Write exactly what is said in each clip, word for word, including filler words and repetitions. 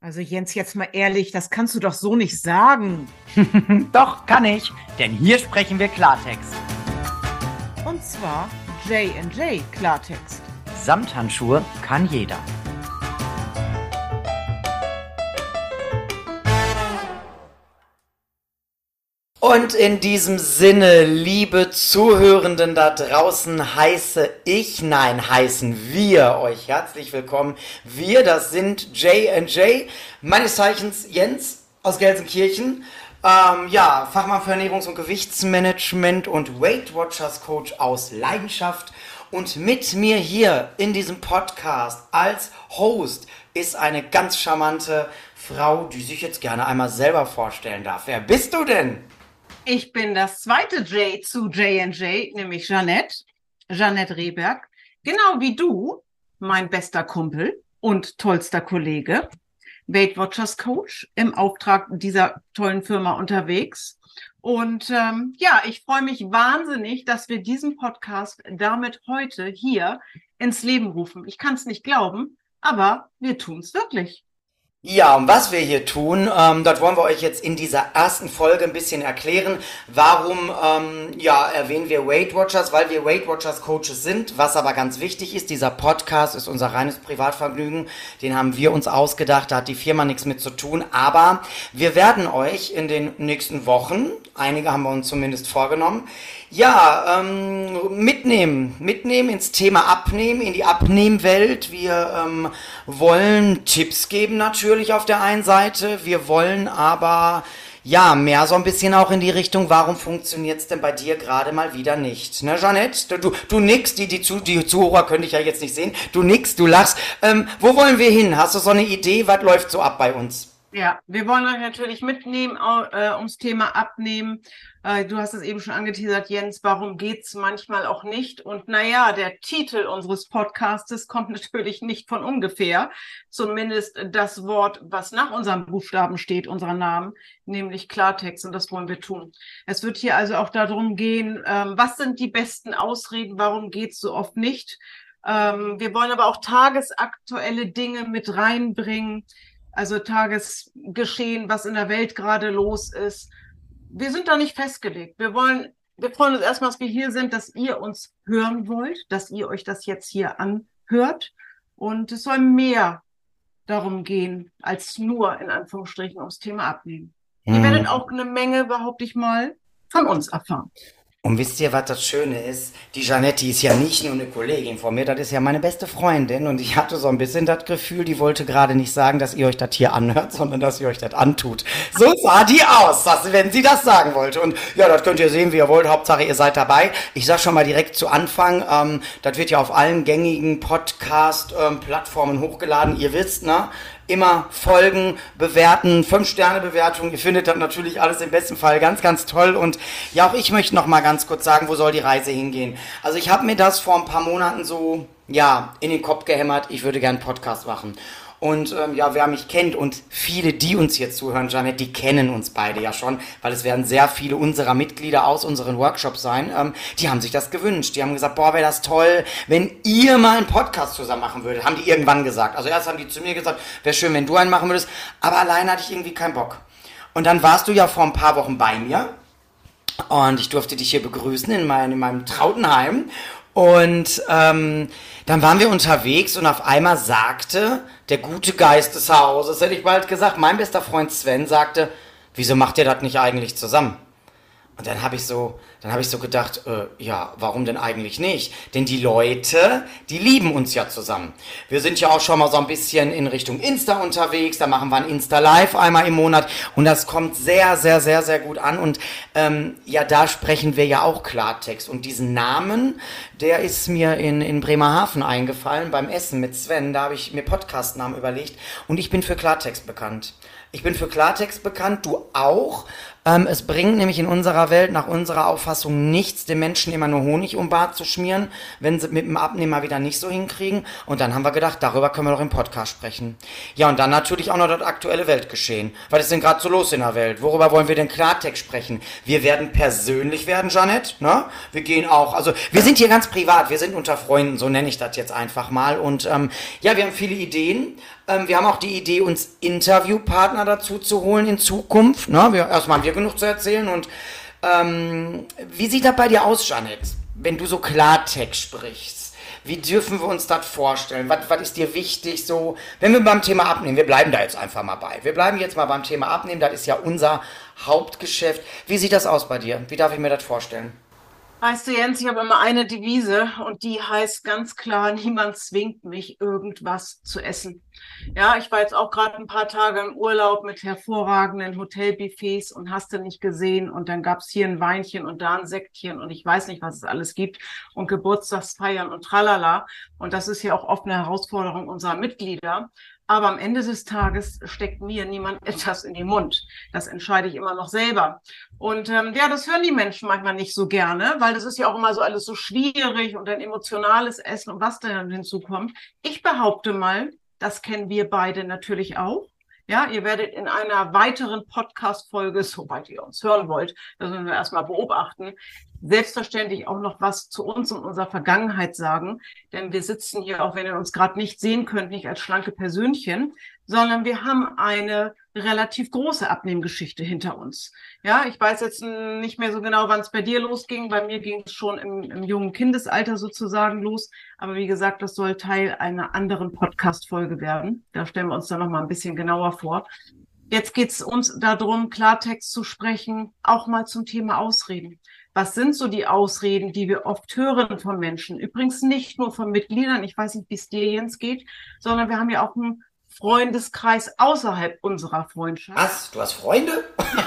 Also Jens, jetzt mal ehrlich, das kannst du doch so nicht sagen. Doch, kann ich, denn hier sprechen wir Klartext. Und zwar J and J Klartext. Samthandschuhe kann jeder. Und in diesem Sinne, liebe Zuhörenden da draußen, heiße ich, nein, heißen wir euch herzlich willkommen. Wir, das sind J and J, meines Zeichens Jens aus Gelsenkirchen. Ähm, ja, Fachmann für Ernährungs- und Gewichtsmanagement und Weight Watchers Coach aus Leidenschaft. Und mit mir hier in diesem Podcast als Host ist eine ganz charmante Frau, die sich jetzt gerne einmal selber vorstellen darf. Wer bist du denn? Ich bin das zweite J zu J and J, nämlich Jeanette, Jeanette Rehberg. Genau wie du, mein bester Kumpel und tollster Kollege, Weight Watchers Coach, im Auftrag dieser tollen Firma unterwegs. Und ähm, ja, ich freue mich wahnsinnig, dass wir diesen Podcast damit heute hier ins Leben rufen. Ich kann es nicht glauben, aber wir tun es wirklich. Ja, und was wir hier tun, ähm, das wollen wir euch jetzt in dieser ersten Folge ein bisschen erklären. Warum ähm, ja, erwähnen wir Weight Watchers? Weil wir Weight Watchers Coaches sind. Was aber ganz wichtig ist, dieser Podcast ist unser reines Privatvergnügen. Den haben wir uns ausgedacht, da hat die Firma nichts mit zu tun. Aber wir werden euch in den nächsten Wochen, einige haben wir uns zumindest vorgenommen, ja, ähm, mitnehmen, mitnehmen ins Thema Abnehmen, in die Abnehmwelt. Wir ähm, wollen Tipps geben natürlich auf der einen Seite, wir wollen aber ja mehr so ein bisschen auch in die Richtung, warum funktioniert's denn bei dir gerade mal wieder nicht? Ne, Jeanette? Du, du nix, die, die, Zu, die Zuhörer könnte ich ja jetzt nicht sehen, du nix, du lachst. Ähm, wo wollen wir hin? Hast du so eine Idee, was läuft so ab bei uns? Ja, wir wollen euch natürlich mitnehmen äh, ums Thema Abnehmen. Äh, du hast es eben schon angeteasert, Jens, warum geht's manchmal auch nicht? Und naja, der Titel unseres Podcastes kommt natürlich nicht von ungefähr. Zumindest das Wort, was nach unserem Buchstaben steht, unserer Namen, nämlich Klartext. Und das wollen wir tun. Es wird hier also auch darum gehen, ähm, was sind die besten Ausreden, warum geht's so oft nicht? Ähm, wir wollen aber auch tagesaktuelle Dinge mit reinbringen. Also Tagesgeschehen, was in der Welt gerade los ist. Wir sind da nicht festgelegt. Wir wollen, wir freuen uns erstmal, dass wir hier sind, dass ihr uns hören wollt, dass ihr euch das jetzt hier anhört. Und es soll mehr darum gehen, als nur in Anführungsstrichen ums Thema Abnehmen. Ihr Hm. werdet auch eine Menge, behaupte ich mal, von uns erfahren. Und wisst ihr, was das Schöne ist? Die Jeanette, die ist ja nicht nur eine Kollegin von mir, das ist ja meine beste Freundin. Und ich hatte so ein bisschen das Gefühl, die wollte gerade nicht sagen, dass ihr euch das hier anhört, sondern dass ihr euch das antut. So sah die aus, dass, wenn sie das sagen wollte. Und ja, das könnt ihr sehen, wie ihr wollt. Hauptsache, ihr seid dabei. Ich sag schon mal direkt zu Anfang, ähm, das wird ja auf allen gängigen Podcast-Plattformen ähm, hochgeladen. Ihr wisst, ne? Immer folgen, bewerten, fünf Sterne Bewertung. Ihr findet das natürlich alles im besten Fall ganz, ganz toll. Und ja, auch ich möchte noch mal ganz kurz sagen, wo soll die Reise hingehen? Also ich habe mir das vor ein paar Monaten so, ja, in den Kopf gehämmert. Ich würde gerne einen Podcast machen. Und ähm, ja, wer mich kennt und viele, die uns jetzt zuhören, Jeanette, die kennen uns beide ja schon, weil es werden sehr viele unserer Mitglieder aus unseren Workshops sein, ähm, die haben sich das gewünscht. Die haben gesagt, boah, wäre das toll, wenn ihr mal einen Podcast zusammen machen würdet. Haben die irgendwann gesagt. Also erst haben die zu mir gesagt, wäre schön, wenn du einen machen würdest, aber alleine hatte ich irgendwie keinen Bock. Und dann warst du ja vor ein paar Wochen bei mir und ich durfte dich hier begrüßen in, mein, in meinem Trautenheim. Und ähm, dann waren wir unterwegs und auf einmal sagte der gute Geist des Hauses, hätte ich bald gesagt, mein bester Freund Sven sagte, wieso macht ihr das nicht eigentlich zusammen? Und dann habe ich so, dann habe ich so gedacht, äh, ja, warum denn eigentlich nicht? Denn die Leute, die lieben uns ja zusammen. Wir sind ja auch schon mal so ein bisschen in Richtung Insta unterwegs, da machen wir ein Insta Live einmal im Monat und das kommt sehr, sehr, sehr, sehr gut an und ähm, ja, da sprechen wir ja auch Klartext und diesen Namen, der ist mir in, in Bremerhaven eingefallen beim Essen mit Sven, da habe ich mir Podcastnamen überlegt und ich bin für Klartext bekannt. Ich bin für Klartext bekannt, du auch. Ähm, es bringt nämlich in unserer Welt nach unserer Auffassung Auffassung nichts, den Menschen immer nur Honig um den Bart zu schmieren, wenn sie mit dem Abnehmen mal wieder nicht so hinkriegen. Und dann haben wir gedacht, darüber können wir doch im Podcast sprechen. Ja, und dann natürlich auch noch das aktuelle Weltgeschehen. Was ist denn gerade so los in der Welt? Worüber wollen wir denn Klartext sprechen? Wir werden persönlich werden, Jeanette, ne? Wir gehen auch, also wir sind hier ganz privat, wir sind unter Freunden, so nenne ich das jetzt einfach mal. Und ähm, ja, wir haben viele Ideen. Ähm, wir haben auch die Idee, uns Interviewpartner dazu zu holen in Zukunft. Ne? Wir, erstmal haben wir genug zu erzählen. Und ähm, wie sieht das bei dir aus, Jeanette, wenn du so Klartext sprichst? Wie dürfen wir uns das vorstellen? Was, was ist dir wichtig so? Wenn wir beim Thema Abnehmen, wir bleiben da jetzt einfach mal bei. Wir bleiben jetzt mal beim Thema Abnehmen, das ist ja unser Hauptgeschäft. Wie sieht das aus bei dir? Wie darf ich mir das vorstellen? Weißt du, Jens, ich habe immer eine Devise und die heißt ganz klar, niemand zwingt mich, irgendwas zu essen. Ja, ich war jetzt auch gerade ein paar Tage im Urlaub mit hervorragenden Hotelbuffets und hast du nicht gesehen. Und dann gab's hier ein Weinchen und da ein Sektchen und ich weiß nicht, was es alles gibt und Geburtstagsfeiern und tralala. Und das ist ja auch oft eine Herausforderung unserer Mitglieder. Aber am Ende des Tages steckt mir niemand etwas in den Mund. Das entscheide ich immer noch selber. Und ähm, ja, das hören die Menschen manchmal nicht so gerne, weil das ist ja auch immer so alles so schwierig und ein emotionales Essen und was da hinzukommt. Ich behaupte mal, das kennen wir beide natürlich auch. Ja, ihr werdet in einer weiteren Podcast-Folge, soweit ihr uns hören wollt, das müssen wir erstmal beobachten, selbstverständlich auch noch was zu uns und unserer Vergangenheit sagen. Denn wir sitzen hier, auch wenn ihr uns gerade nicht sehen könnt, nicht als schlanke Persönchen, sondern wir haben eine relativ große Abnehmgeschichte hinter uns. Ja, ich weiß jetzt nicht mehr so genau, wann es bei dir losging. Bei mir ging es schon im, im jungen Kindesalter sozusagen los. Aber wie gesagt, das soll Teil einer anderen Podcast-Folge werden. Da stellen wir uns dann noch mal ein bisschen genauer vor. Jetzt geht es uns darum, Klartext zu sprechen, auch mal zum Thema Ausreden. Was sind so die Ausreden, die wir oft hören von Menschen? Übrigens nicht nur von Mitgliedern, ich weiß nicht, wie es dir, Jens, geht, sondern wir haben ja auch einen Freundeskreis außerhalb unserer Freundschaft. Was? Du hast Freunde?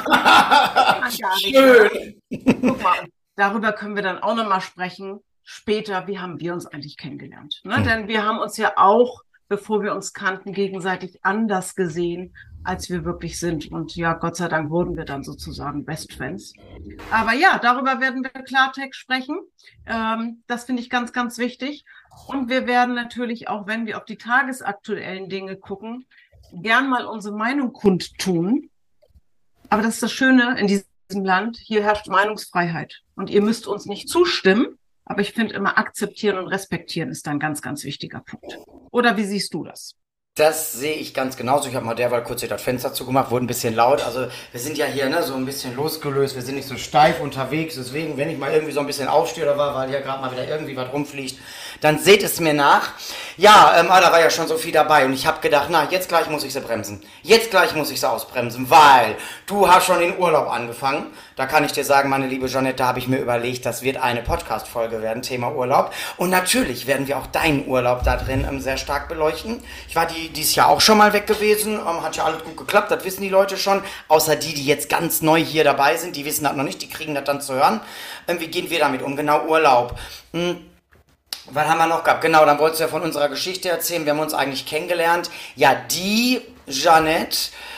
Ja, schön. Guck mal, darüber können wir dann auch nochmal sprechen. Später, wie haben wir uns eigentlich kennengelernt? Ne? Hm. Denn wir haben uns ja auch, bevor wir uns kannten, gegenseitig anders gesehen, als wir wirklich sind. Und ja, Gott sei Dank wurden wir dann sozusagen Best Friends. Aber ja, darüber werden wir Klartext sprechen. Ähm, das finde ich ganz, ganz wichtig. Und wir werden natürlich auch, wenn wir auf die tagesaktuellen Dinge gucken, gern mal unsere Meinung kundtun. Aber das ist das Schöne in diesem Land, hier herrscht Meinungsfreiheit. Und ihr müsst uns nicht zustimmen, aber ich finde immer akzeptieren und respektieren ist ein ganz, ganz wichtiger Punkt. Oder wie siehst du das? Das sehe ich ganz genauso. Ich habe mal derweil kurz hier das Fenster zugemacht, wurde ein bisschen laut. Also wir sind ja hier ne, so ein bisschen losgelöst, wir sind nicht so steif unterwegs. Deswegen, wenn ich mal irgendwie so ein bisschen aufstehe oder war, weil hier gerade mal wieder irgendwie was rumfliegt, dann seht es mir nach. Ja, ähm, ah, da war ja schon so viel dabei und ich habe gedacht, na, jetzt gleich muss ich sie bremsen. Jetzt gleich muss ich sie ausbremsen, weil du hast schon den Urlaub angefangen. Da kann ich dir sagen, meine liebe Jeanette, da habe ich mir überlegt, das wird eine Podcast-Folge werden, Thema Urlaub. Und natürlich werden wir auch deinen Urlaub da drin ähm, sehr stark beleuchten. Ich war die, dieses Jahr auch schon mal weg gewesen, ähm, hat ja alles gut geklappt, das wissen die Leute schon. Außer die, die jetzt ganz neu hier dabei sind, die wissen das noch nicht, die kriegen das dann zu hören. Ähm, wie gehen wir damit um? Genau, Urlaub. Hm. Was haben wir noch gehabt? Genau, dann wolltest du ja von unserer Geschichte erzählen. Wir haben uns eigentlich kennengelernt. Ja, die Jeanette,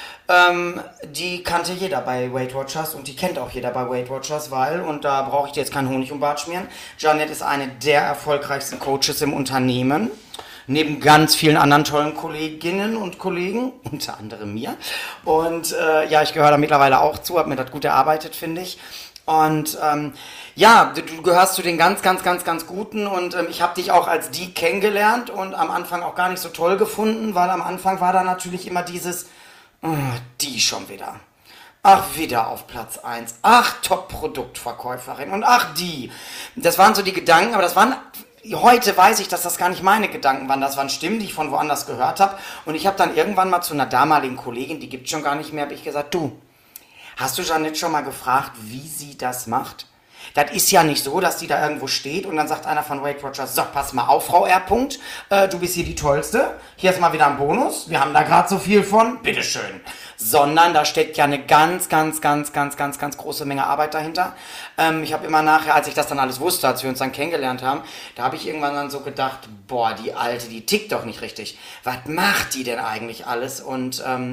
ähm, die kannte jeder bei Weight Watchers und die kennt auch jeder bei Weight Watchers, weil, und da brauche ich dir jetzt keinen Honig um den Bart schmieren, Jeanette ist eine der erfolgreichsten Coaches im Unternehmen. Neben ganz vielen anderen tollen Kolleginnen und Kollegen, unter anderem mir. Und äh, ja, ich gehöre da mittlerweile auch zu, habe mir das gut erarbeitet, finde ich. Und ähm, ja, du, du gehörst zu den ganz, ganz, ganz, ganz Guten und ähm, ich habe dich auch als die kennengelernt und am Anfang auch gar nicht so toll gefunden, weil am Anfang war da natürlich immer dieses, oh, die schon wieder. Ach, wieder auf Platz eins. Ach, Top-Produktverkäuferin und ach, die. Das waren so die Gedanken, aber das waren, heute weiß ich, dass das gar nicht meine Gedanken waren, das waren Stimmen, die ich von woanders gehört habe und ich habe dann irgendwann mal zu einer damaligen Kollegin, die gibt's schon gar nicht mehr, habe ich gesagt, du, hast du Jeanette schon mal gefragt, wie sie das macht? Das ist ja nicht so, dass die da irgendwo steht und dann sagt einer von Weight Watchers, so, pass mal auf, Frau R. Punkt, äh, du bist hier die Tollste, hier ist mal wieder ein Bonus, wir haben da gerade so viel von, bitteschön. Sondern da steckt ja eine ganz, ganz, ganz, ganz, ganz, ganz große Menge Arbeit dahinter. Ähm, ich habe immer nachher, als ich das dann alles wusste, als wir uns dann kennengelernt haben, da habe ich irgendwann dann so gedacht, boah, die Alte, die tickt doch nicht richtig. Was macht die denn eigentlich alles? Und ähm,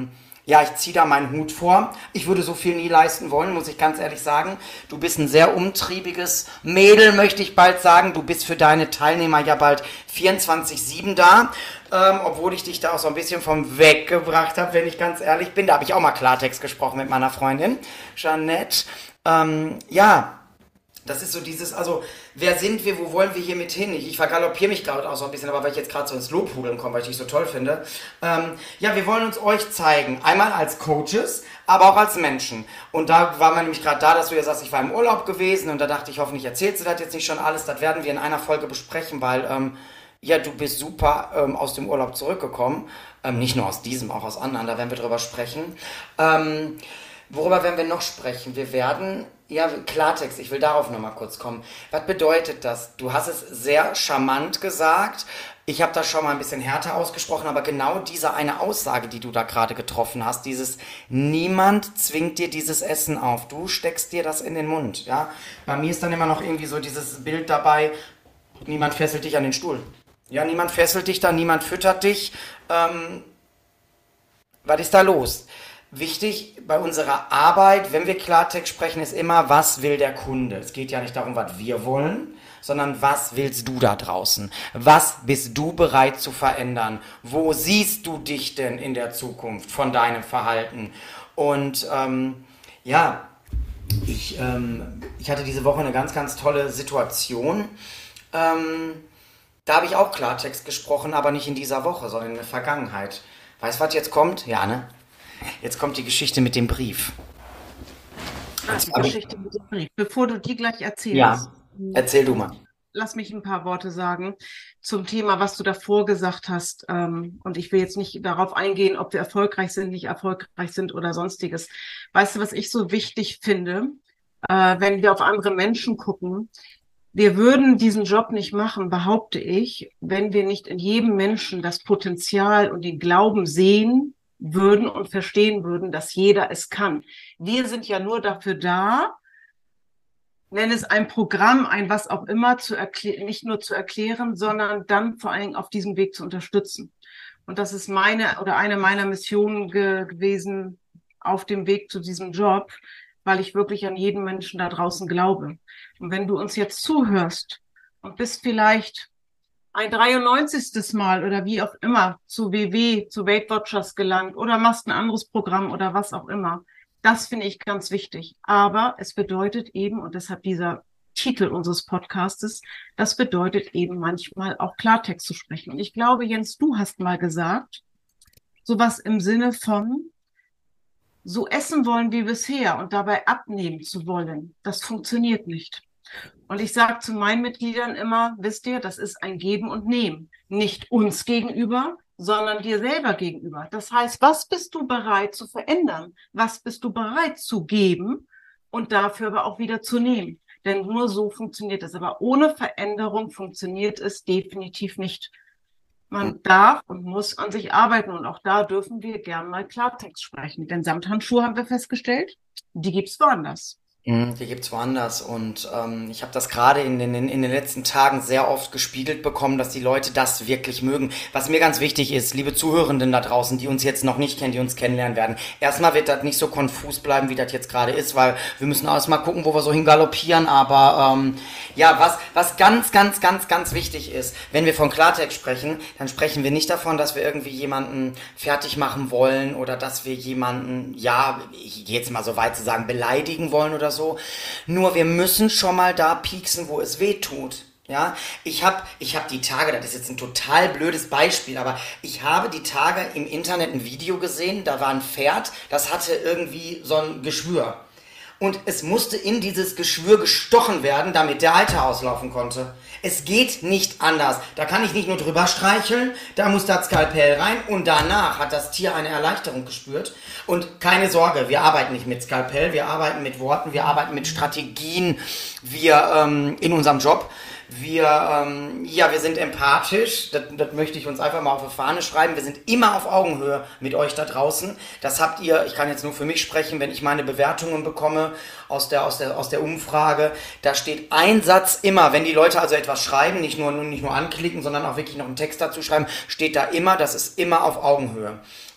Ja, ich ziehe da meinen Hut vor. Ich würde so viel nie leisten wollen, muss ich ganz ehrlich sagen. Du bist ein sehr umtriebiges Mädel, möchte ich bald sagen. Du bist für deine Teilnehmer ja bald vierundzwanzig sieben da. Ähm, obwohl ich dich da auch so ein bisschen vom Weg gebracht habe, wenn ich ganz ehrlich bin. Da habe ich auch mal Klartext gesprochen mit meiner Freundin, Jeanette. Ähm, ja, das ist so dieses, also, wer sind wir, wo wollen wir hier mit hin? Ich, ich vergaloppiere mich gerade auch so ein bisschen, aber weil ich jetzt gerade so ins Lobhudeln komme, weil ich dich so toll finde. Ähm, ja, wir wollen uns euch zeigen. Einmal als Coaches, aber auch als Menschen. Und da war man nämlich gerade da, dass du ja sagst, ich war im Urlaub gewesen und da dachte ich, hoffentlich erzählst du das jetzt nicht schon alles. Das werden wir in einer Folge besprechen, weil, ähm, ja, du bist super ähm, aus dem Urlaub zurückgekommen. Ähm, nicht nur aus diesem, auch aus anderen, da werden wir drüber sprechen. Ähm, worüber werden wir noch sprechen? Wir werden... Ja, Klartext, ich will darauf nochmal kurz kommen. Was bedeutet das? Du hast es sehr charmant gesagt. Ich habe das schon mal ein bisschen härter ausgesprochen, aber genau diese eine Aussage, die du da gerade getroffen hast, dieses niemand zwingt dir dieses Essen auf, du steckst dir das in den Mund. Ja? Bei mir ist dann immer noch irgendwie so dieses Bild dabei, niemand fesselt dich an den Stuhl. Ja, niemand fesselt dich da, niemand füttert dich. Ähm, was ist da los? Wichtig bei unserer Arbeit, wenn wir Klartext sprechen, ist immer, was will der Kunde? Es geht ja nicht darum, was wir wollen, sondern was willst du da draußen? Was bist du bereit zu verändern? Wo siehst du dich denn in der Zukunft von deinem Verhalten? Und ähm, ja, ich, ähm, ich hatte diese Woche eine ganz, ganz tolle Situation. Ähm, da habe ich auch Klartext gesprochen, aber nicht in dieser Woche, sondern in der Vergangenheit. Weißt du, was jetzt kommt? Ja, ne? Jetzt kommt die Geschichte mit dem Brief. Ah, die Geschichte mit dem Brief. Bevor du die gleich erzählst, ja, erzähl du mal. Lass mich ein paar Worte sagen zum Thema, was du davor gesagt hast. Ähm, und ich will jetzt nicht darauf eingehen, ob wir erfolgreich sind, nicht erfolgreich sind oder sonstiges. Weißt du, was ich so wichtig finde, äh, wenn wir auf andere Menschen gucken? Wir würden diesen Job nicht machen, behaupte ich, wenn wir nicht in jedem Menschen das Potenzial und den Glauben sehen würden und verstehen würden, dass jeder es kann. Wir sind ja nur dafür da, nenn es ein Programm, ein was auch immer, zu erklären, nicht nur zu erklären, sondern dann vor allen Dingen auf diesem Weg zu unterstützen. Und das ist meine oder eine meiner Missionen ge gewesen auf dem Weg zu diesem Job, weil ich wirklich an jeden Menschen da draußen glaube. Und wenn du uns jetzt zuhörst und bist vielleicht ein dreiundneunzigstes Mal oder wie auch immer zu W W, zu Weight Watchers gelangt oder machst ein anderes Programm oder was auch immer. Das finde ich ganz wichtig. Aber es bedeutet eben, und deshalb dieser Titel unseres Podcastes, das bedeutet eben manchmal auch Klartext zu sprechen. Und ich glaube, Jens, du hast mal gesagt, sowas im Sinne von, so essen wollen wie bisher und dabei abnehmen zu wollen, das funktioniert nicht. Und ich sage zu meinen Mitgliedern immer, wisst ihr, das ist ein Geben und Nehmen. Nicht uns gegenüber, sondern dir selber gegenüber. Das heißt, was bist du bereit zu verändern? Was bist du bereit zu geben und dafür aber auch wieder zu nehmen? Denn nur so funktioniert es. Aber ohne Veränderung funktioniert es definitiv nicht. Man darf und muss an sich arbeiten. Und auch da dürfen wir gern mal Klartext sprechen. Denn Samthandschuhe haben wir festgestellt, die gibt's woanders. Die gibt's woanders und ähm, ich habe das gerade in den, in den letzten Tagen sehr oft gespiegelt bekommen, dass die Leute das wirklich mögen. Was mir ganz wichtig ist, liebe Zuhörenden da draußen, die uns jetzt noch nicht kennen, die uns kennenlernen werden. Erstmal wird das nicht so konfus bleiben, wie das jetzt gerade ist, weil wir müssen erstmal gucken, wo wir so hingaloppieren. Aber ähm, ja, was, was ganz, ganz, ganz, ganz wichtig ist, wenn wir von Klartext sprechen, dann sprechen wir nicht davon, dass wir irgendwie jemanden fertig machen wollen oder dass wir jemanden, ja, ich gehe jetzt mal so weit zu sagen, beleidigen wollen oder so. So. Nur wir müssen schon mal da pieksen, wo es weh tut. Ja, ich habe ich hab die Tage, das ist jetzt ein total blödes Beispiel, aber ich habe die Tage im Internet ein Video gesehen, da war ein Pferd, das hatte irgendwie so ein Geschwür. Und es musste in dieses Geschwür gestochen werden, damit der Halter auslaufen konnte. Es geht nicht anders. Da kann ich nicht nur drüber streicheln, da muss das Skalpell rein und danach hat das Tier eine Erleichterung gespürt. Und keine Sorge, wir arbeiten nicht mit Skalpell, wir arbeiten mit Worten, wir arbeiten mit Strategien, wir ähm, in unserem Job. Wir, ähm, ja, wir sind empathisch, das, das möchte ich uns einfach mal auf die Fahne schreiben. Wir sind immer auf Augenhöhe mit euch da draußen. Das habt ihr, ich kann jetzt nur für mich sprechen, wenn ich meine Bewertungen bekomme aus der, aus der, aus der Umfrage. Da steht ein Satz immer, wenn die Leute also etwas schreiben, nicht nur, nicht nur anklicken, sondern auch wirklich noch einen Text dazu schreiben, steht da immer, das ist immer auf Augenhöhe. Und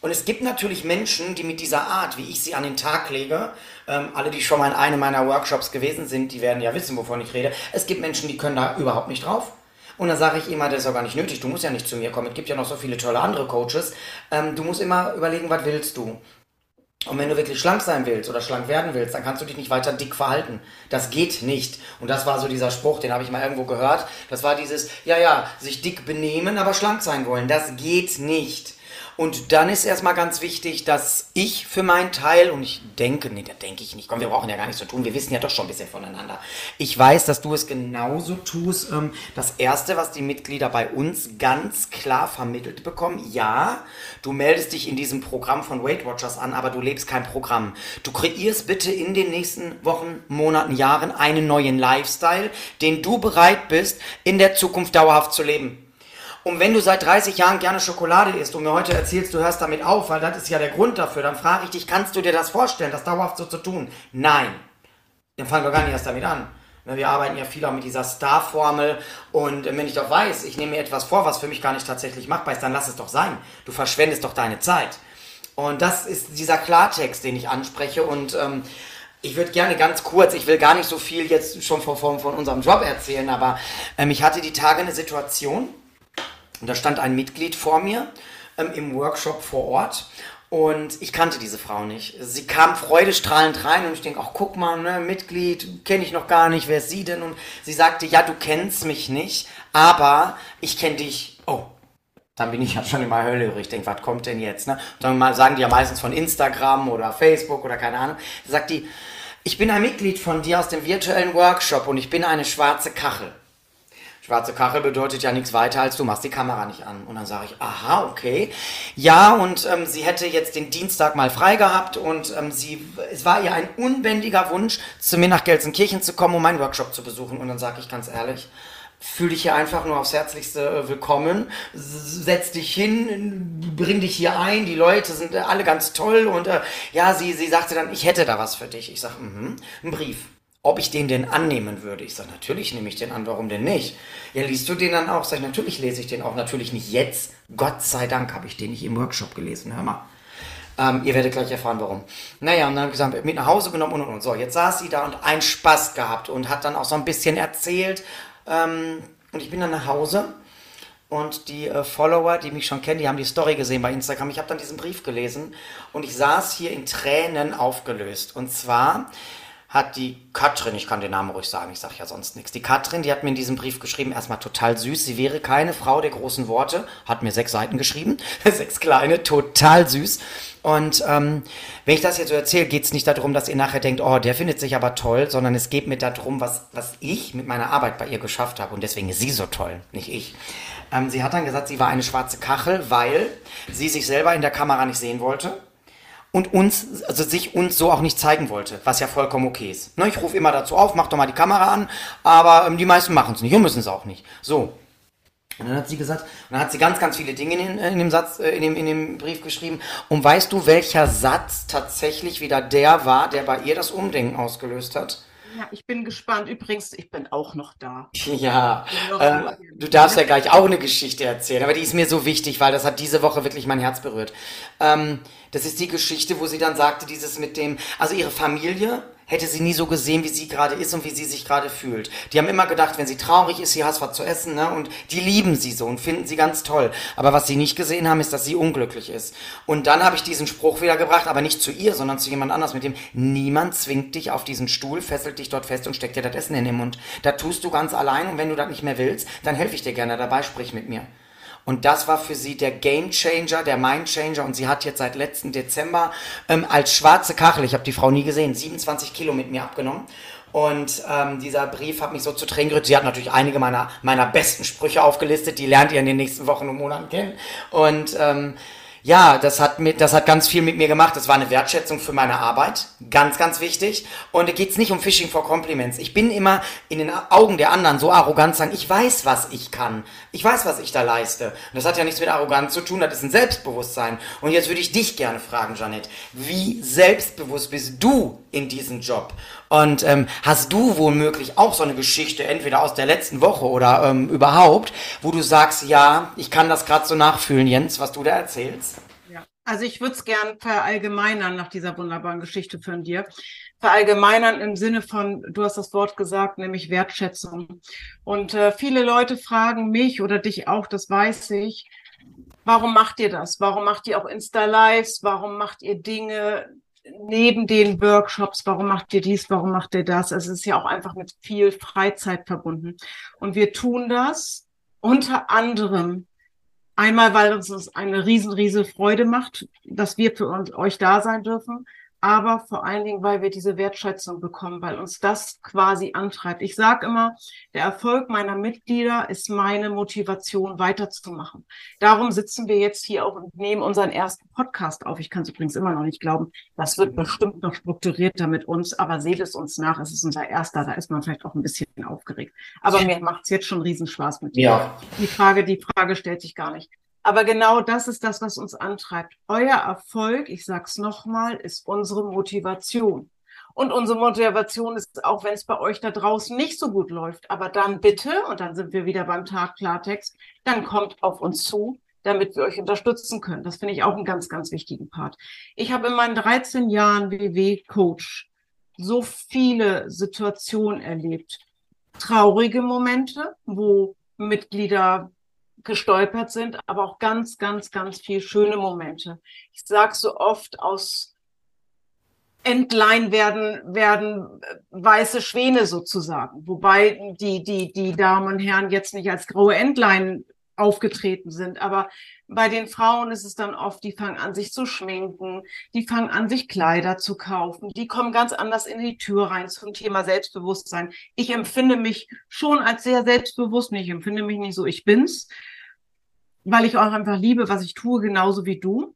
Und es gibt natürlich Menschen, die mit dieser Art, wie ich sie an den Tag lege, ähm, alle, die schon mal in einem meiner Workshops gewesen sind, die werden ja wissen, wovon ich rede. Es gibt Menschen, die können da überhaupt nicht drauf. Und dann sage ich immer, das ist ja gar nicht nötig, du musst ja nicht zu mir kommen. Es gibt ja noch so viele tolle andere Coaches. Ähm, du musst immer überlegen, was willst du? Und wenn du wirklich schlank sein willst oder schlank werden willst, dann kannst du dich nicht weiter dick verhalten. Das geht nicht. Und das war so dieser Spruch, den habe ich mal irgendwo gehört. Das war dieses, ja, ja, sich dick benehmen, aber schlank sein wollen. Das geht nicht. Und dann ist erstmal ganz wichtig, dass ich für meinen Teil, und ich denke, nee, da denke ich nicht, komm, wir brauchen ja gar nichts zu tun, wir wissen ja doch schon ein bisschen voneinander. Ich weiß, dass du es genauso tust. Das Erste, was die Mitglieder bei uns ganz klar vermittelt bekommen, ja, du meldest dich in diesem Programm von Weight Watchers an, aber du lebst kein Programm. Du kreierst bitte in den nächsten Wochen, Monaten, Jahren einen neuen Lifestyle, den du bereit bist, in der Zukunft dauerhaft zu leben. Und wenn du seit dreißig Jahren gerne Schokolade isst und mir heute erzählst, du hörst damit auf, weil das ist ja der Grund dafür, dann frage ich dich, kannst du dir das vorstellen, das dauerhaft so zu tun? Nein. Dann fangen wir gar nicht erst damit an. Wir arbeiten ja viel auch mit dieser Star-Formel und wenn ich doch weiß, ich nehme mir etwas vor, was für mich gar nicht tatsächlich machbar ist, dann lass es doch sein. Du verschwendest doch deine Zeit. Und das ist dieser Klartext, den ich anspreche und ähm, ich würde gerne ganz kurz, ich will gar nicht so viel jetzt schon von, von, von unserem Job erzählen, aber ähm, ich hatte die Tage eine Situation, und da stand ein Mitglied vor mir ähm, im Workshop vor Ort und ich kannte diese Frau nicht. Sie kam freudestrahlend rein und ich denke, ach guck mal, ne, Mitglied, kenne ich noch gar nicht, wer ist sie denn? Und sie sagte, ja, du kennst mich nicht, aber ich kenne dich. Oh, dann bin ich ja schon immer hellhörig. Ich denke, was kommt denn jetzt? Ne? Und dann mal sagen die ja meistens von Instagram oder Facebook oder keine Ahnung. Da sagt die, ich bin ein Mitglied von dir aus dem virtuellen Workshop und ich bin eine schwarze Kachel. Schwarze Kachel bedeutet ja nichts weiter, als du machst die Kamera nicht an. Und dann sage ich, aha, okay. Ja, und ähm, sie hätte jetzt den Dienstag mal frei gehabt und ähm, sie, es war ihr ein unbändiger Wunsch, zu mir nach Gelsenkirchen zu kommen, um meinen Workshop zu besuchen. Und dann sage ich ganz ehrlich, fühl dich hier einfach nur aufs Herzlichste äh, willkommen, setz dich hin, bring dich hier ein, die Leute sind äh, alle ganz toll. Und äh, ja, sie, sie sagte dann, ich hätte da was für dich. Ich sage, mhm, ein Brief. Ob ich den denn annehmen würde? Ich sage, natürlich nehme ich den an, warum denn nicht? Ja, liest du den dann auch? Sag ich, natürlich lese ich den auch, natürlich nicht jetzt. Gott sei Dank habe ich den nicht im Workshop gelesen, hör mal. Ähm, ihr werdet gleich erfahren, warum. Naja, und dann habe ich gesagt, mit nach Hause genommen und und und. So, jetzt saß sie da und einen Spaß gehabt und hat dann auch so ein bisschen erzählt. Ähm, und ich bin dann nach Hause und die äh, Follower, die mich schon kennen, die haben die Story gesehen bei Instagram. Ich habe dann diesen Brief gelesen und ich saß hier in Tränen aufgelöst. Und zwar hat die Katrin, ich kann den Namen ruhig sagen, ich sage ja sonst nichts, die Katrin, die hat mir in diesem Brief geschrieben, erstmal total süß, sie wäre keine Frau der großen Worte, hat mir sechs Seiten geschrieben, sechs kleine, total süß. Und ähm, wenn ich das jetzt so erzähle, geht es nicht darum, dass ihr nachher denkt, oh, der findet sich aber toll, sondern es geht mir darum, was, was ich mit meiner Arbeit bei ihr geschafft habe und deswegen ist sie so toll, nicht ich. Ähm, sie hat dann gesagt, sie war eine schwarze Kachel, weil sie sich selber in der Kamera nicht sehen wollte. Und uns, also sich uns so auch nicht zeigen wollte, was ja vollkommen okay ist. Ne, ich rufe immer dazu auf, mach doch mal die Kamera an, aber ähm, die meisten machen es nicht und müssen es auch nicht. So. Und dann hat sie gesagt, und dann hat sie ganz, ganz viele Dinge in, in dem Satz, äh, in dem, in dem Brief geschrieben. Und weißt du, welcher Satz tatsächlich wieder der war, der bei ihr das Umdenken ausgelöst hat? Ja, ich bin gespannt. Übrigens, ich bin auch noch da. Ja, äh, du darfst ja gleich auch eine Geschichte erzählen, aber die ist mir so wichtig, weil das hat diese Woche wirklich mein Herz berührt. Ähm, das ist die Geschichte, wo sie dann sagte, dieses mit dem, also ihre Familie hätte sie nie so gesehen, wie sie gerade ist und wie sie sich gerade fühlt. Die haben immer gedacht, wenn sie traurig ist, sie hat was zu essen, ne? Und die lieben sie so und finden sie ganz toll. Aber was sie nicht gesehen haben, ist, dass sie unglücklich ist. Und dann habe ich diesen Spruch wieder gebracht, aber nicht zu ihr, sondern zu jemand anders, mit dem, niemand zwingt dich auf diesen Stuhl, fesselt dich dort fest und steckt dir das Essen in den Mund. Das tust du ganz allein und wenn du das nicht mehr willst, dann helfe ich dir gerne dabei, sprich mit mir. Und das war für sie der Game Changer, der Mind Changer. Und sie hat jetzt seit letzten Dezember ähm, als schwarze Kachel, ich habe die Frau nie gesehen, siebenundzwanzig Kilo mit mir abgenommen. Und ähm, dieser Brief hat mich so zu Tränen gerührt. Sie hat natürlich einige meiner, meiner besten Sprüche aufgelistet. Die lernt ihr in den nächsten Wochen und Monaten kennen. Und ähm, ja, das hat mit, das hat ganz viel mit mir gemacht. Das war eine Wertschätzung für meine Arbeit. Ganz, ganz wichtig. Und da geht's nicht um Fishing for Compliments. Ich bin immer in den Augen der anderen so arrogant sagen, ich weiß, was ich kann. Ich weiß, was ich da leiste. Und das hat ja nichts mit Arroganz zu tun, das ist ein Selbstbewusstsein. Und jetzt würde ich dich gerne fragen, Jeanette, wie selbstbewusst bist du in diesem Job? Und ähm, hast du womöglich auch so eine Geschichte, entweder aus der letzten Woche oder ähm, überhaupt, wo du sagst, ja, ich kann das gerade so nachfühlen, Jens, was du da erzählst? Ja, Also ich würde es gern verallgemeinern nach dieser wunderbaren Geschichte von dir. Verallgemeinern im Sinne von, du hast das Wort gesagt, nämlich Wertschätzung. Und äh, viele Leute fragen mich oder dich auch, das weiß ich, warum macht ihr das? Warum macht ihr auch Insta-Lives? Warum macht ihr Dinge neben den Workshops? Warum macht ihr dies? Warum macht ihr das? Also es ist ja auch einfach mit viel Freizeit verbunden. Und wir tun das unter anderem einmal, weil uns das eine riesen, riesen Freude macht, dass wir für uns, euch da sein dürfen, aber vor allen Dingen, weil wir diese Wertschätzung bekommen, weil uns das quasi antreibt. Ich sage immer, der Erfolg meiner Mitglieder ist meine Motivation, weiterzumachen. Darum sitzen wir jetzt hier auch und nehmen unseren ersten Podcast auf. Ich kann es übrigens immer noch nicht glauben. Das wird bestimmt noch strukturierter mit uns, aber seht es uns nach. Es ist unser erster, da ist man vielleicht auch ein bisschen aufgeregt. Aber mir macht es jetzt schon Riesenspaß mit dir. Ja. Die Frage, die Frage stellt sich gar nicht. Aber genau das ist das, was uns antreibt. Euer Erfolg, ich sag's nochmal, ist unsere Motivation. Und unsere Motivation ist auch, wenn es bei euch da draußen nicht so gut läuft. Aber dann bitte, und dann sind wir wieder beim Tag Klartext, dann kommt auf uns zu, damit wir euch unterstützen können. Das finde ich auch einen ganz, ganz wichtigen Part. Ich habe in meinen dreizehn Jahren W W-Coach so viele Situationen erlebt. Traurige Momente, wo Mitglieder gestolpert sind, aber auch ganz, ganz, ganz viel schöne Momente. Ich sage so oft, aus Entlein werden, werden weiße Schwäne sozusagen, wobei die, die, die Damen und Herren jetzt nicht als graue Entlein aufgetreten sind, aber bei den Frauen ist es dann oft, die fangen an, sich zu schminken, die fangen an, sich Kleider zu kaufen, die kommen ganz anders in die Tür rein zum Thema Selbstbewusstsein. Ich empfinde mich schon als sehr selbstbewusst, ich empfinde mich nicht so, ich bin's, weil ich auch einfach liebe, was ich tue, genauso wie du.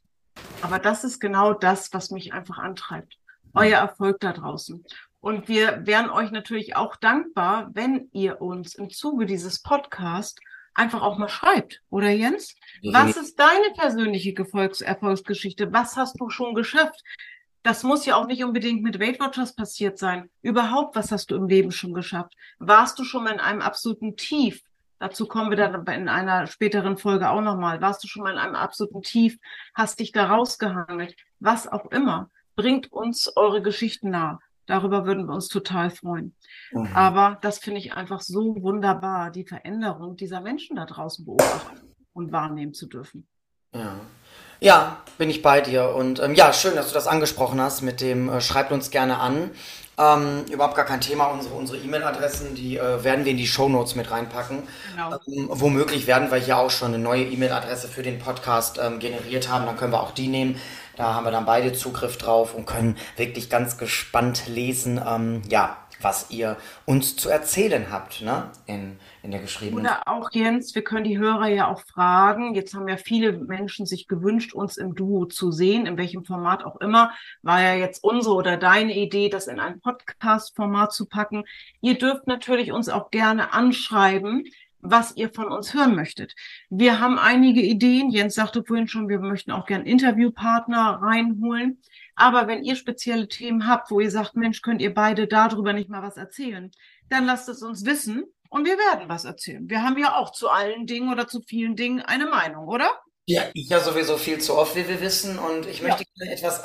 Aber das ist genau das, was mich einfach antreibt. Euer Erfolg da draußen. Und wir wären euch natürlich auch dankbar, wenn ihr uns im Zuge dieses Podcasts einfach auch mal schreibt. Oder Jens? Was ist deine persönliche Erfolgs- Erfolgsgeschichte? Was hast du schon geschafft? Das muss ja auch nicht unbedingt mit Weight Watchers passiert sein. Überhaupt, was hast du im Leben schon geschafft? Warst du schon mal in einem absoluten Tief? Dazu kommen wir dann in einer späteren Folge auch nochmal. Warst du schon mal in einem absoluten Tief? Hast dich da rausgehangelt? Was auch immer. Bringt uns eure Geschichten nahe. Darüber würden wir uns total freuen. Mhm. Aber das finde ich einfach so wunderbar, die Veränderung dieser Menschen da draußen beobachten und wahrnehmen zu dürfen. Ja. Ja, bin ich bei dir. Und ähm, ja, schön, dass du das angesprochen hast mit dem äh, schreibt uns gerne an. Ähm, überhaupt gar kein Thema. Unsere unsere E-Mail-Adressen, die äh, werden wir in die Shownotes mit reinpacken. Genau. Ähm, womöglich werden wir hier auch schon eine neue E-Mail-Adresse für den Podcast ähm, generiert haben. Dann können wir auch die nehmen. Da haben wir dann beide Zugriff drauf und können wirklich ganz gespannt lesen, ähm, ja, was ihr uns zu erzählen habt, ne? In, in der geschriebenen. Oder auch, Jens, wir können die Hörer ja auch fragen. Jetzt haben ja viele Menschen sich gewünscht, uns im Duo zu sehen, in welchem Format auch immer. War ja jetzt unsere oder deine Idee, das in ein Podcast-Format zu packen. Ihr dürft natürlich uns auch gerne anschreiben, was ihr von uns hören möchtet. Wir haben einige Ideen. Jens sagte vorhin schon, wir möchten auch gerne Interviewpartner reinholen. Aber wenn ihr spezielle Themen habt, wo ihr sagt, Mensch, könnt ihr beide darüber nicht mal was erzählen, dann lasst es uns wissen und wir werden was erzählen. Wir haben ja auch zu allen Dingen oder zu vielen Dingen eine Meinung, oder? Ja, ich ja sowieso viel zu oft, wie wir wissen, und ich möchte ja. etwas,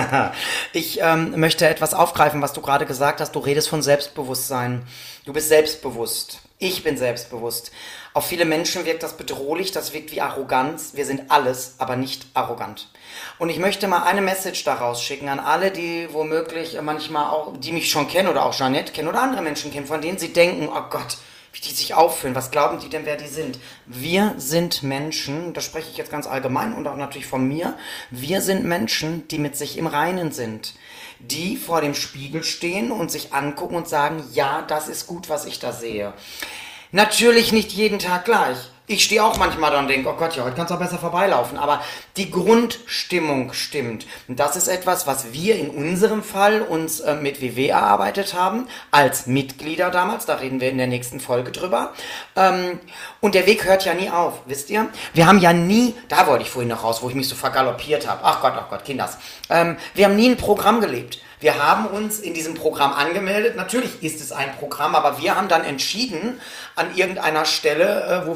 ich ähm, möchte etwas aufgreifen, was du gerade gesagt hast. Du redest von Selbstbewusstsein. Du bist selbstbewusst. Ich bin selbstbewusst. Auf viele Menschen wirkt das bedrohlich, das wirkt wie Arroganz. Wir sind alles, aber nicht arrogant. Und ich möchte mal eine Message daraus schicken an alle, die womöglich manchmal auch, die mich schon kennen oder auch Jeanette kennen oder andere Menschen kennen, von denen sie denken, oh Gott, wie die sich aufführen, was glauben die denn, wer die sind? Wir sind Menschen, das spreche ich jetzt ganz allgemein und auch natürlich von mir, wir sind Menschen, die mit sich im Reinen sind, die vor dem Spiegel stehen und sich angucken und sagen, ja, das ist gut, was ich da sehe. Natürlich nicht jeden Tag gleich. Ich stehe auch manchmal da und denke, oh Gott, ja, heute kannst du auch besser vorbeilaufen. Aber die Grundstimmung stimmt. Und das ist etwas, was wir in unserem Fall uns äh, mit W W erarbeitet haben, als Mitglieder damals. Da reden wir in der nächsten Folge drüber. Ähm, und der Weg hört ja nie auf, wisst ihr? Wir haben ja nie, da wollte ich vorhin noch raus, wo ich mich so vergaloppiert habe. Ach Gott, ach Gott, Kinders. Ähm, wir haben nie ein Programm gelebt. Wir haben uns in diesem Programm angemeldet. Natürlich ist es ein Programm, aber wir haben dann entschieden, an irgendeiner Stelle, äh, wo wir dann waren,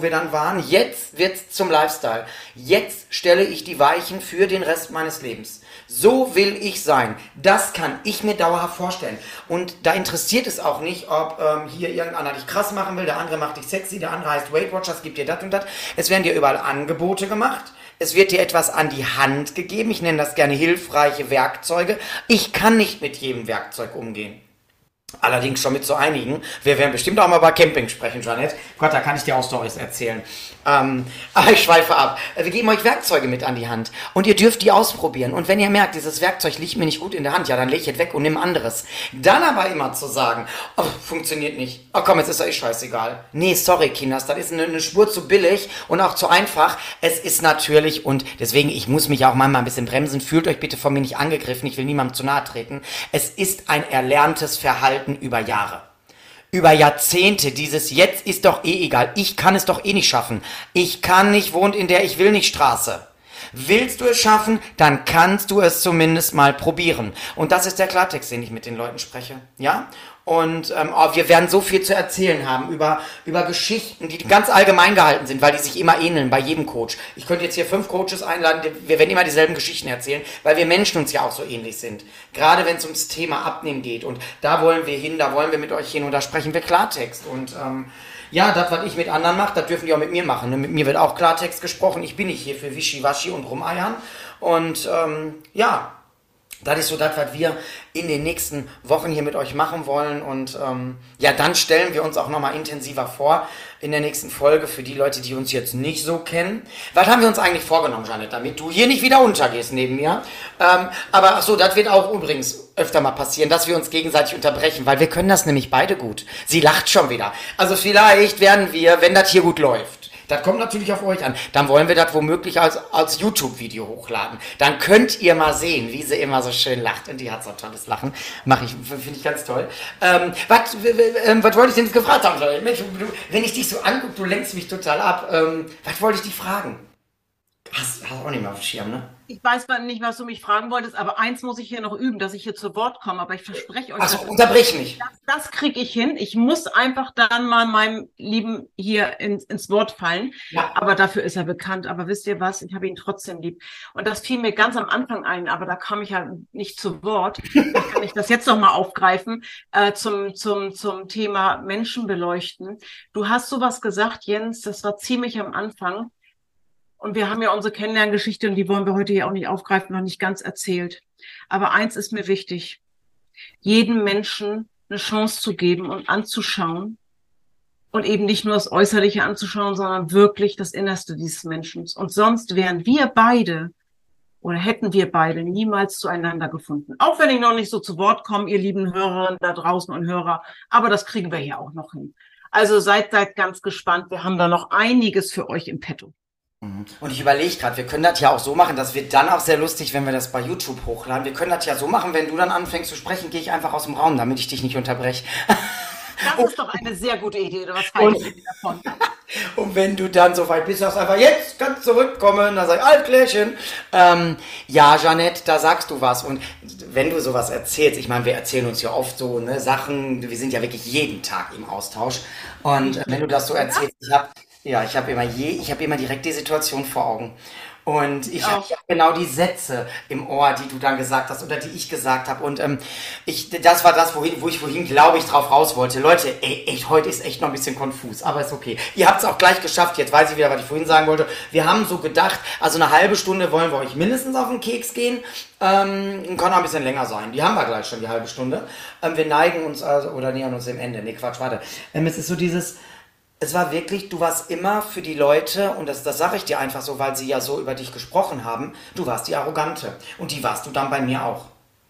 waren, jetzt wird's zum Lifestyle. Jetzt stelle ich die Weichen für den Rest meines Lebens. So will ich sein. Das kann ich mir dauerhaft vorstellen. Und da interessiert es auch nicht, ob ähm, hier irgendeiner dich krass machen will, der andere macht dich sexy, der andere heißt Weight Watchers, gibt dir das und das. Es werden dir überall Angebote gemacht. Es wird dir etwas an die Hand gegeben. Ich nenne das gerne hilfreiche Werkzeuge. Ich kann nicht mit jedem Werkzeug umgehen. Allerdings schon mit so einigen. Wir werden bestimmt auch mal über Camping sprechen, Jeanette. Gott, da kann ich dir auch Storys erzählen. Ähm, aber ich schweife ab. Wir geben euch Werkzeuge mit an die Hand. Und ihr dürft die ausprobieren. Und wenn ihr merkt, dieses Werkzeug liegt mir nicht gut in der Hand, ja, dann leg ich es weg und nimm anderes. Dann aber immer zu sagen, oh, funktioniert nicht. Oh komm, jetzt ist doch eh scheißegal. Nee, sorry, Kinders, das ist eine, eine Spur zu billig und auch zu einfach. Es ist natürlich, und deswegen, ich muss mich auch manchmal ein bisschen bremsen. Fühlt euch bitte von mir nicht angegriffen. Ich will niemandem zu nahe treten. Es ist ein erlerntes Verhalten über Jahre. Über Jahrzehnte, dieses jetzt ist doch eh egal, ich kann es doch eh nicht schaffen. Ich kann nicht, wohnt in der ich will nicht Straße. Willst du es schaffen, dann kannst du es zumindest mal probieren. Und das ist der Klartext, den ich mit den Leuten spreche. Ja? Und ähm, oh, wir werden so viel zu erzählen haben über, über Geschichten, die ganz allgemein gehalten sind, weil die sich immer ähneln bei jedem Coach. Ich könnte jetzt hier fünf Coaches einladen, wir werden immer dieselben Geschichten erzählen, weil wir Menschen uns ja auch so ähnlich sind. Gerade wenn es ums Thema Abnehmen geht. Und da wollen wir hin, da wollen wir mit euch hin und da sprechen wir Klartext. Und ähm, ja, das, was ich mit anderen mache, das dürfen die auch mit mir machen. Ne? Mit mir wird auch Klartext gesprochen. Ich bin nicht hier für Wischiwaschi und Rumeiern. Und ähm, ja, das ist so das, was wir in den nächsten Wochen hier mit euch machen wollen. Und ähm, ja, dann stellen wir uns auch nochmal intensiver vor in der nächsten Folge für die Leute, die uns jetzt nicht so kennen. Was haben wir uns eigentlich vorgenommen, Jeanette, damit du hier nicht wieder untergehst neben mir? Ähm, aber ach so, das wird auch übrigens öfter mal passieren, dass wir uns gegenseitig unterbrechen, weil wir können das nämlich beide gut. Sie lacht schon wieder. Also vielleicht werden wir, wenn das hier gut läuft, das kommt natürlich auf euch an. Dann wollen wir das womöglich als, als YouTube-Video hochladen. Dann könnt ihr mal sehen, wie sie immer so schön lacht. Und die hat so ein tolles Lachen. Mache ich, finde ich ganz toll. Ähm, was ähm, was wollte ich denn jetzt gefragt haben? Mensch, du, wenn ich dich so angucke, du lenkst mich total ab. Ähm, was wollte ich dich fragen? Hast, hast auch nicht mehr auf dem Schirm, ne? Ich weiß nicht, was du mich fragen wolltest, aber eins muss ich hier noch üben, dass ich hier zu Wort komme. Aber ich verspreche euch, Ach so, unterbrich mich. Das, das kriege ich hin. Ich muss einfach dann mal meinem Lieben hier ins, ins Wort fallen. Ja. Aber dafür ist er bekannt. Aber wisst ihr was? Ich habe ihn trotzdem lieb. Und das fiel mir ganz am Anfang ein, aber da kam ich ja nicht zu Wort. Da kann ich das jetzt noch mal aufgreifen äh, zum, zum, zum Thema Menschen beleuchten. Du hast sowas gesagt, Jens, das war ziemlich am Anfang. Und wir haben ja unsere Kennenlerngeschichte und die wollen wir heute hier auch nicht aufgreifen, noch nicht ganz erzählt. Aber eins ist mir wichtig, jedem Menschen eine Chance zu geben und anzuschauen und eben nicht nur das Äußerliche anzuschauen, sondern wirklich das Innerste dieses Menschen. Und sonst wären wir beide oder hätten wir beide niemals zueinander gefunden. Auch wenn ich noch nicht so zu Wort komme, ihr lieben Hörerinnen da draußen und Hörer, aber das kriegen wir hier auch noch hin. Also seid, seid ganz gespannt, wir haben da noch einiges für euch im Petto. Und ich überlege gerade, wir können das ja auch so machen, das wird dann auch sehr lustig, wenn wir das bei YouTube hochladen. Wir können das ja so machen, wenn du dann anfängst zu sprechen, gehe ich einfach aus dem Raum, damit ich dich nicht unterbreche. Das ist doch eine sehr gute Idee, oder was haltet ihr davon? Und wenn du dann so weit bist, sagst du einfach, jetzt kannst du zurückkommen, dann sag ich, Altklärchen. Ähm, ja, Jeanette, da sagst du was. Und wenn du sowas erzählst, ich meine, wir erzählen uns ja oft so ne, Sachen, wir sind ja wirklich jeden Tag im Austausch. Und äh, wenn du das so erzählst, ich habe Ja, ich habe immer je, ich habe immer direkt die Situation vor Augen. Und ich habe Auch. genau die Sätze im Ohr, die du dann gesagt hast oder die ich gesagt habe. Und ähm, ich, das war das, wohin, wo ich wohin, glaube ich, drauf raus wollte. Leute, ey, echt, heute ist echt noch ein bisschen konfus, aber ist okay. Ihr habt es auch gleich geschafft. Jetzt weiß ich wieder, was ich vorhin sagen wollte. Wir haben so gedacht, also eine halbe Stunde wollen wir euch mindestens auf den Keks gehen. Ähm, kann auch ein bisschen länger sein. Die haben wir gleich schon, die halbe Stunde. Ähm, wir neigen uns also, oder nähern uns dem Ende. Nee, Quatsch, warte. Ähm, es ist so dieses... Es war wirklich, du warst immer für die Leute, und das, das sage ich dir einfach so, weil sie ja so über dich gesprochen haben, du warst die Arrogante. Und die warst du dann bei mir auch.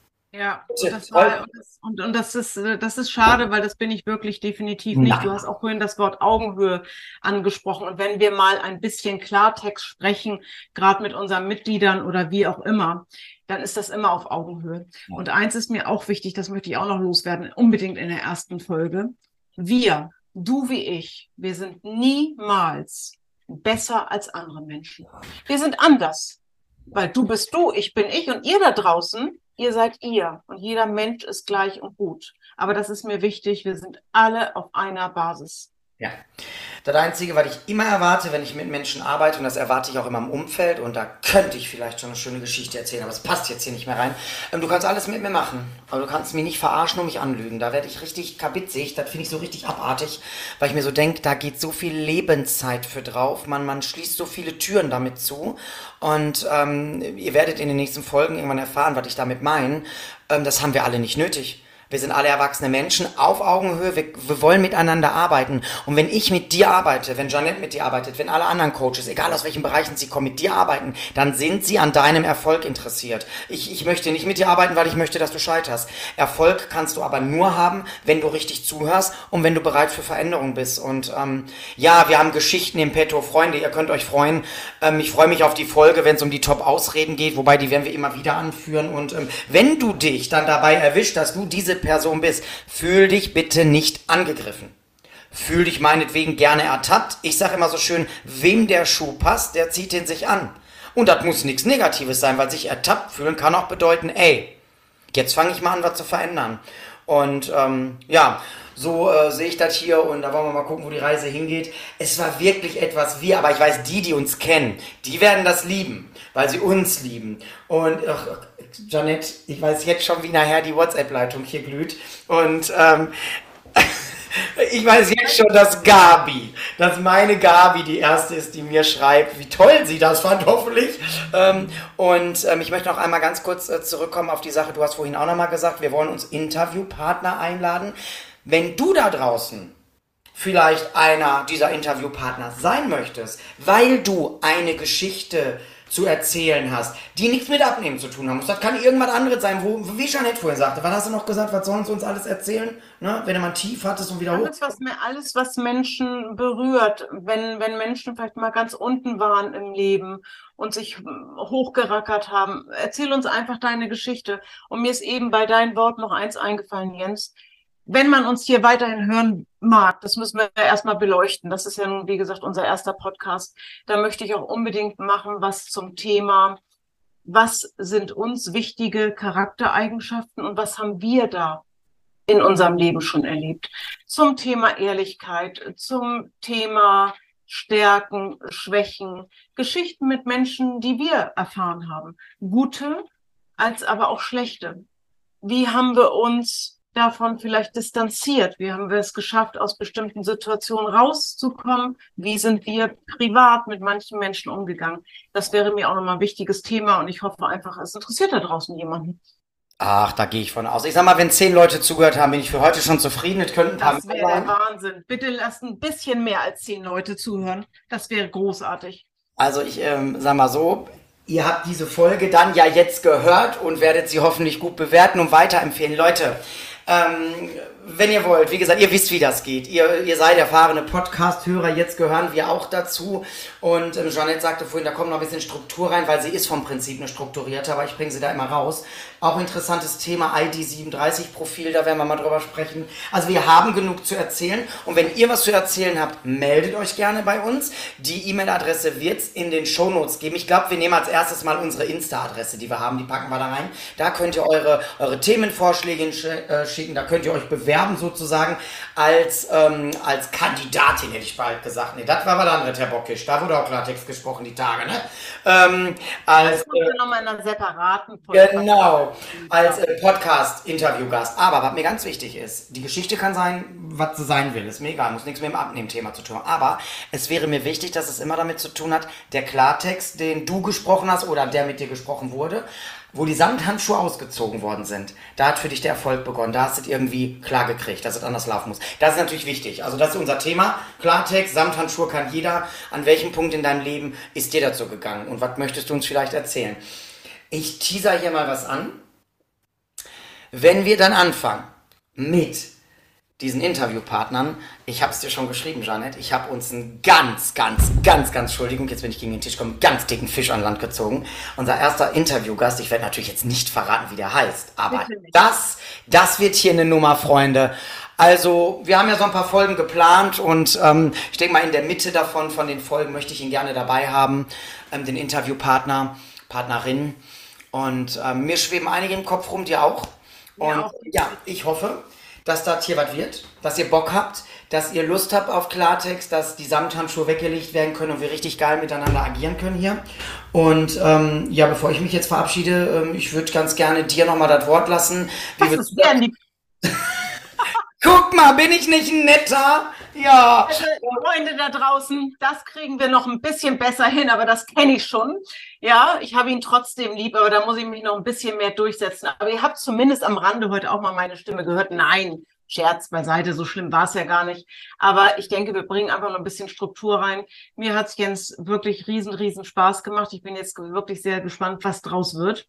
Ja, und das war, und das, und, und das ist, das ist schade, weil das bin ich wirklich definitiv nicht. Nein. Du hast auch vorhin das Wort Augenhöhe angesprochen. Und wenn wir mal ein bisschen Klartext sprechen, gerade mit unseren Mitgliedern oder wie auch immer, dann ist das immer auf Augenhöhe. Und eins ist mir auch wichtig, das möchte ich auch noch loswerden, unbedingt in der ersten Folge. Wir, du wie ich, wir sind niemals besser als andere Menschen. Wir sind anders, weil du bist du, ich bin ich und ihr da draußen, ihr seid ihr und jeder Mensch ist gleich und gut. Aber das ist mir wichtig, wir sind alle auf einer Basis. Ja. Das Einzige, was ich immer erwarte, wenn ich mit Menschen arbeite, und das erwarte ich auch immer im Umfeld, und da könnte ich vielleicht schon eine schöne Geschichte erzählen, aber es passt jetzt hier nicht mehr rein. Ähm, du kannst alles mit mir machen, aber du kannst mich nicht verarschen und mich anlügen. Da werde ich richtig kabitzig, das finde ich so richtig abartig, weil ich mir so denke, da geht so viel Lebenszeit für drauf, man, man schließt so viele Türen damit zu, und ähm, ihr werdet in den nächsten Folgen irgendwann erfahren, was ich damit meine. Ähm, das haben wir alle nicht nötig. Wir sind alle erwachsene Menschen auf Augenhöhe. Wir, wir wollen miteinander arbeiten. Und wenn ich mit dir arbeite, wenn Jeanette mit dir arbeitet, wenn alle anderen Coaches, egal aus welchen Bereichen sie kommen, mit dir arbeiten, dann sind sie an deinem Erfolg interessiert. Ich, ich möchte nicht mit dir arbeiten, weil ich möchte, dass du scheiterst. Erfolg kannst du aber nur haben, wenn du richtig zuhörst und wenn du bereit für Veränderung bist. Und ähm, ja, wir haben Geschichten im Petto. Freunde, ihr könnt euch freuen. Ähm, ich freue mich auf die Folge, wenn es um die Top-Ausreden geht, wobei die werden wir immer wieder anführen. Und ähm, wenn du dich dann dabei erwischt, dass du diese Person bist, fühl dich bitte nicht angegriffen. Fühl dich meinetwegen gerne ertappt. Ich sage immer so schön, wem der Schuh passt, der zieht ihn sich an. Und das muss nichts Negatives sein, weil sich ertappt fühlen kann auch bedeuten, ey, jetzt fange ich mal an, was zu verändern. Und ähm, ja, so äh, sehe ich das hier, und da wollen wir mal gucken, wo die Reise hingeht. Es war wirklich etwas wir, aber ich weiß, die, die uns kennen, die werden das lieben, weil sie uns lieben. Und ach, Jeanette, ich weiß jetzt schon, wie nachher die WhatsApp-Leitung hier glüht. Und ähm, ich weiß jetzt schon, dass Gabi, dass meine Gabi die erste ist, die mir schreibt, wie toll sie das fand, hoffentlich. Ähm, und ähm, ich möchte noch einmal ganz kurz äh, zurückkommen auf die Sache. Du hast vorhin auch nochmal gesagt, wir wollen uns Interviewpartner einladen. Wenn du da draußen vielleicht einer dieser Interviewpartner sein möchtest, weil du eine Geschichte zu erzählen hast, die nichts mit Abnehmen zu tun haben muss. Das kann irgendwas anderes sein, wo, wie Jeanette vorhin sagte, was hast du noch gesagt, was sollen sie uns alles erzählen, ne? Wenn du mal ein Tief hattest und wieder hoch. Alles, was mir, alles, was Menschen berührt, wenn, wenn Menschen vielleicht mal ganz unten waren im Leben und sich hochgerackert haben, erzähl uns einfach deine Geschichte. Und mir ist eben bei deinen Worten noch eins eingefallen, Jens. Wenn man uns hier weiterhin hören mag, das müssen wir erstmal beleuchten. Das ist ja nun, wie gesagt, unser erster Podcast. Da möchte ich auch unbedingt machen, was zum Thema, was sind uns wichtige Charaktereigenschaften und was haben wir da in unserem Leben schon erlebt. Zum Thema Ehrlichkeit, zum Thema Stärken, Schwächen, Geschichten mit Menschen, die wir erfahren haben. Gute, als aber auch schlechte. Wie haben wir uns davon vielleicht distanziert? Wie haben wir es geschafft, aus bestimmten Situationen rauszukommen? Wie sind wir privat mit manchen Menschen umgegangen? Das wäre mir auch nochmal ein wichtiges Thema, und ich hoffe einfach, es interessiert da draußen jemanden. Ach, da gehe ich von aus. Ich sag mal, wenn zehn Leute zugehört haben, bin ich für heute schon zufrieden. Es könnten ein paar Das mehr wäre sein. der Wahnsinn. Bitte lasst ein bisschen mehr als zehn Leute zuhören. Das wäre großartig. Also ich ähm, sag mal so, ihr habt diese Folge dann ja jetzt gehört und werdet sie hoffentlich gut bewerten und weiterempfehlen. Leute, ähm, wenn ihr wollt, wie gesagt, ihr wisst, wie das geht. Ihr, ihr seid erfahrene Podcast-Hörer, jetzt gehören wir auch dazu. Und ähm, Jeanette sagte vorhin, da kommt noch ein bisschen Struktur rein, weil sie ist vom Prinzip eine strukturierte, aber ich bringe sie da immer raus. Auch interessantes Thema, I D siebenunddreißig Profil, da werden wir mal drüber sprechen. Also wir haben genug zu erzählen, und wenn ihr was zu erzählen habt, meldet euch gerne bei uns. Die E-Mail-Adresse wird es in den Shownotes geben. Ich glaube, wir nehmen als erstes mal unsere Insta-Adresse, die wir haben, die packen wir da rein. Da könnt ihr eure, eure Themenvorschläge äh, schicken, da könnt ihr euch bewerben sozusagen als, ähm, als Kandidatin, hätte ich bald gesagt. Nee, das war was anderes, Herr Bockisch. Da wurde auch Klartext gesprochen, die Tage, ne? Ähm, als, das kommt ja nochmal in einer separaten Podcast. Genau, als äh, Podcast-Interviewgast. Aber was mir ganz wichtig ist, die Geschichte kann sein, was sie sein will. Ist mir egal, muss nichts mit dem Abnehmen-Thema zu tun haben. Aber es wäre mir wichtig, dass es immer damit zu tun hat, der Klartext, den du gesprochen hast oder der mit dir gesprochen wurde, wo die Samthandschuhe ausgezogen worden sind, da hat für dich der Erfolg begonnen. Da hast du es irgendwie klar gekriegt, dass es anders laufen muss. Das ist natürlich wichtig. Also das ist unser Thema. Klartext, Samthandschuhe kann jeder. An welchem Punkt in deinem Leben ist dir dazu gegangen? Und was möchtest du uns vielleicht erzählen? Ich teaser hier mal was an. Wenn wir dann anfangen mit diesen Interviewpartnern, ich habe es dir schon geschrieben, Jeanette, ich habe uns einen ganz, ganz, ganz, ganz, Entschuldigung, jetzt bin ich gegen den Tisch gekommen, ganz dicken Fisch an Land gezogen. Unser erster Interviewgast, ich werde natürlich jetzt nicht verraten, wie der heißt, aber das, das wird hier eine Nummer, Freunde. Also, wir haben ja so ein paar Folgen geplant, und ähm, ich denke mal, in der Mitte davon, von den Folgen, möchte ich ihn gerne dabei haben, ähm, den Interviewpartner, Partnerin. Und ähm, mir schweben einige im Kopf rum, dir auch. Und ja, ja, ich hoffe, dass das hier was wird, dass ihr Bock habt, dass ihr Lust habt auf Klartext, dass die Samthandschuhe weggelegt werden können und wir richtig geil miteinander agieren können hier. Und ähm, ja, bevor ich mich jetzt verabschiede, ähm, ich würde ganz gerne dir nochmal das Wort lassen. Wie Das ist sehr lieb. Guck mal, bin ich nicht ein netter? Ja. Also, Freunde da draußen, das kriegen wir noch ein bisschen besser hin, aber das kenne ich schon. Ja, ich habe ihn trotzdem lieb, aber da muss ich mich noch ein bisschen mehr durchsetzen. Aber ihr habt zumindest am Rande heute auch mal meine Stimme gehört. Nein, Scherz beiseite, so schlimm war es ja gar nicht. Aber ich denke, wir bringen einfach noch ein bisschen Struktur rein. Mir hat es Jens wirklich riesen, riesen Spaß gemacht. Ich bin jetzt wirklich sehr gespannt, was draus wird.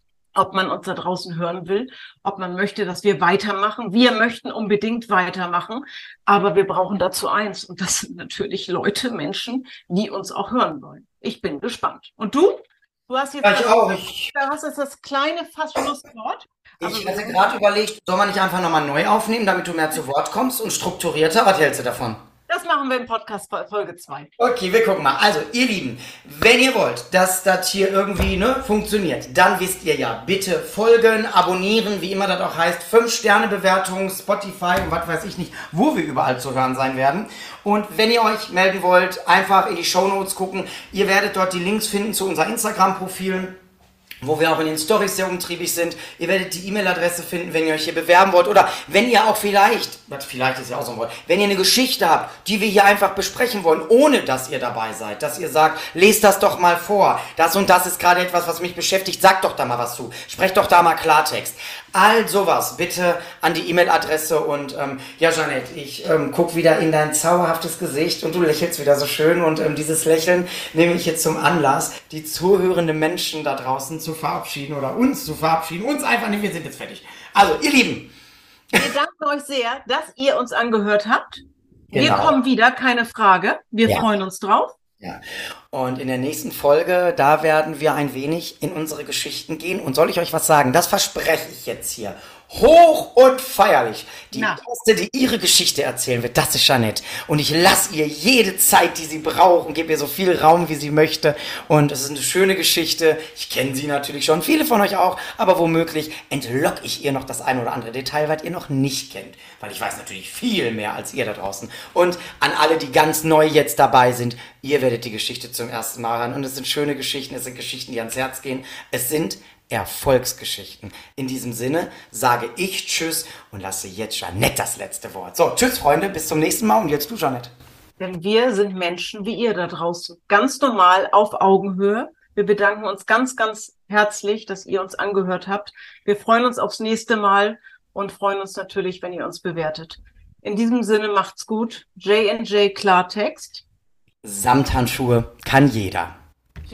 Ob man uns da draußen hören will, ob man möchte, dass wir weitermachen. Wir möchten unbedingt weitermachen, aber wir brauchen dazu eins. Und das sind natürlich Leute, Menschen, die uns auch hören wollen. Ich bin gespannt. Und du? Du hast jetzt, Ja, ich das, auch. Ich, du hast jetzt das kleine fast Schlusswort. ich hatte gerade überlegt, soll man nicht einfach nochmal neu aufnehmen, damit du mehr zu Wort kommst und strukturierter? Was hältst du davon? Das machen wir in Podcast Folge zwei. Okay, wir gucken mal. Also, ihr Lieben, wenn ihr wollt, dass das hier irgendwie ne, funktioniert, dann wisst ihr ja, bitte folgen, abonnieren, wie immer das auch heißt, fünf Sterne Bewertung, Spotify und was weiß ich nicht, wo wir überall zu hören sein werden. Und wenn ihr euch melden wollt, einfach in die Shownotes gucken. Ihr werdet dort die Links finden zu unseren Instagram-Profilen, wo wir auch in den Storys sehr umtriebig sind. Ihr werdet die E-Mail-Adresse finden, wenn ihr euch hier bewerben wollt. Oder wenn ihr auch vielleicht, was vielleicht ist ja auch so ein Wort, wenn ihr eine Geschichte habt, die wir hier einfach besprechen wollen, ohne dass ihr dabei seid. Dass ihr sagt, lest das doch mal vor. Das und das ist gerade etwas, was mich beschäftigt. Sagt doch da mal was zu. Sprecht doch da mal Klartext. All sowas bitte an die E-Mail-Adresse. Und ähm, ja, Jeanette, ich ähm, guck wieder in dein zauberhaftes Gesicht und du lächelst wieder so schön. Und ähm, dieses Lächeln nehme ich jetzt zum Anlass, die zuhörenden Menschen da draußen zu verabschieden oder uns zu verabschieden. Uns einfach nicht, wir sind jetzt fertig. Also, ihr Lieben. Wir danken euch sehr, dass ihr uns angehört habt. Genau. Wir kommen wieder, keine Frage. Wir Ja. freuen uns drauf. Ja. Und in der nächsten Folge, da werden wir ein wenig in unsere Geschichten gehen. Und soll ich euch was sagen? Das verspreche ich jetzt hier. Hoch und feierlich. Die Na. erste, die ihre Geschichte erzählen wird, das ist Jeanette. Und ich lasse ihr jede Zeit, die sie braucht und gebe ihr so viel Raum, wie sie möchte. Und es ist eine schöne Geschichte. Ich kenne sie natürlich schon, viele von euch auch. Aber womöglich entlocke ich ihr noch das ein oder andere Detail, was ihr noch nicht kennt. Weil ich weiß natürlich viel mehr als ihr da draußen. Und an alle, die ganz neu jetzt dabei sind, ihr werdet die Geschichte zum ersten Mal hören. Und es sind schöne Geschichten, es sind Geschichten, die ans Herz gehen. Es sind Erfolgsgeschichten. In diesem Sinne sage ich Tschüss und lasse jetzt Jeanette das letzte Wort. So, tschüss Freunde, bis zum nächsten Mal und jetzt du, Jeanette. Denn wir sind Menschen wie ihr da draußen. Ganz normal, auf Augenhöhe. Wir bedanken uns ganz, ganz herzlich, dass ihr uns angehört habt. Wir freuen uns aufs nächste Mal und freuen uns natürlich, wenn ihr uns bewertet. In diesem Sinne macht's gut. J and J Klartext. Samthandschuhe kann jeder.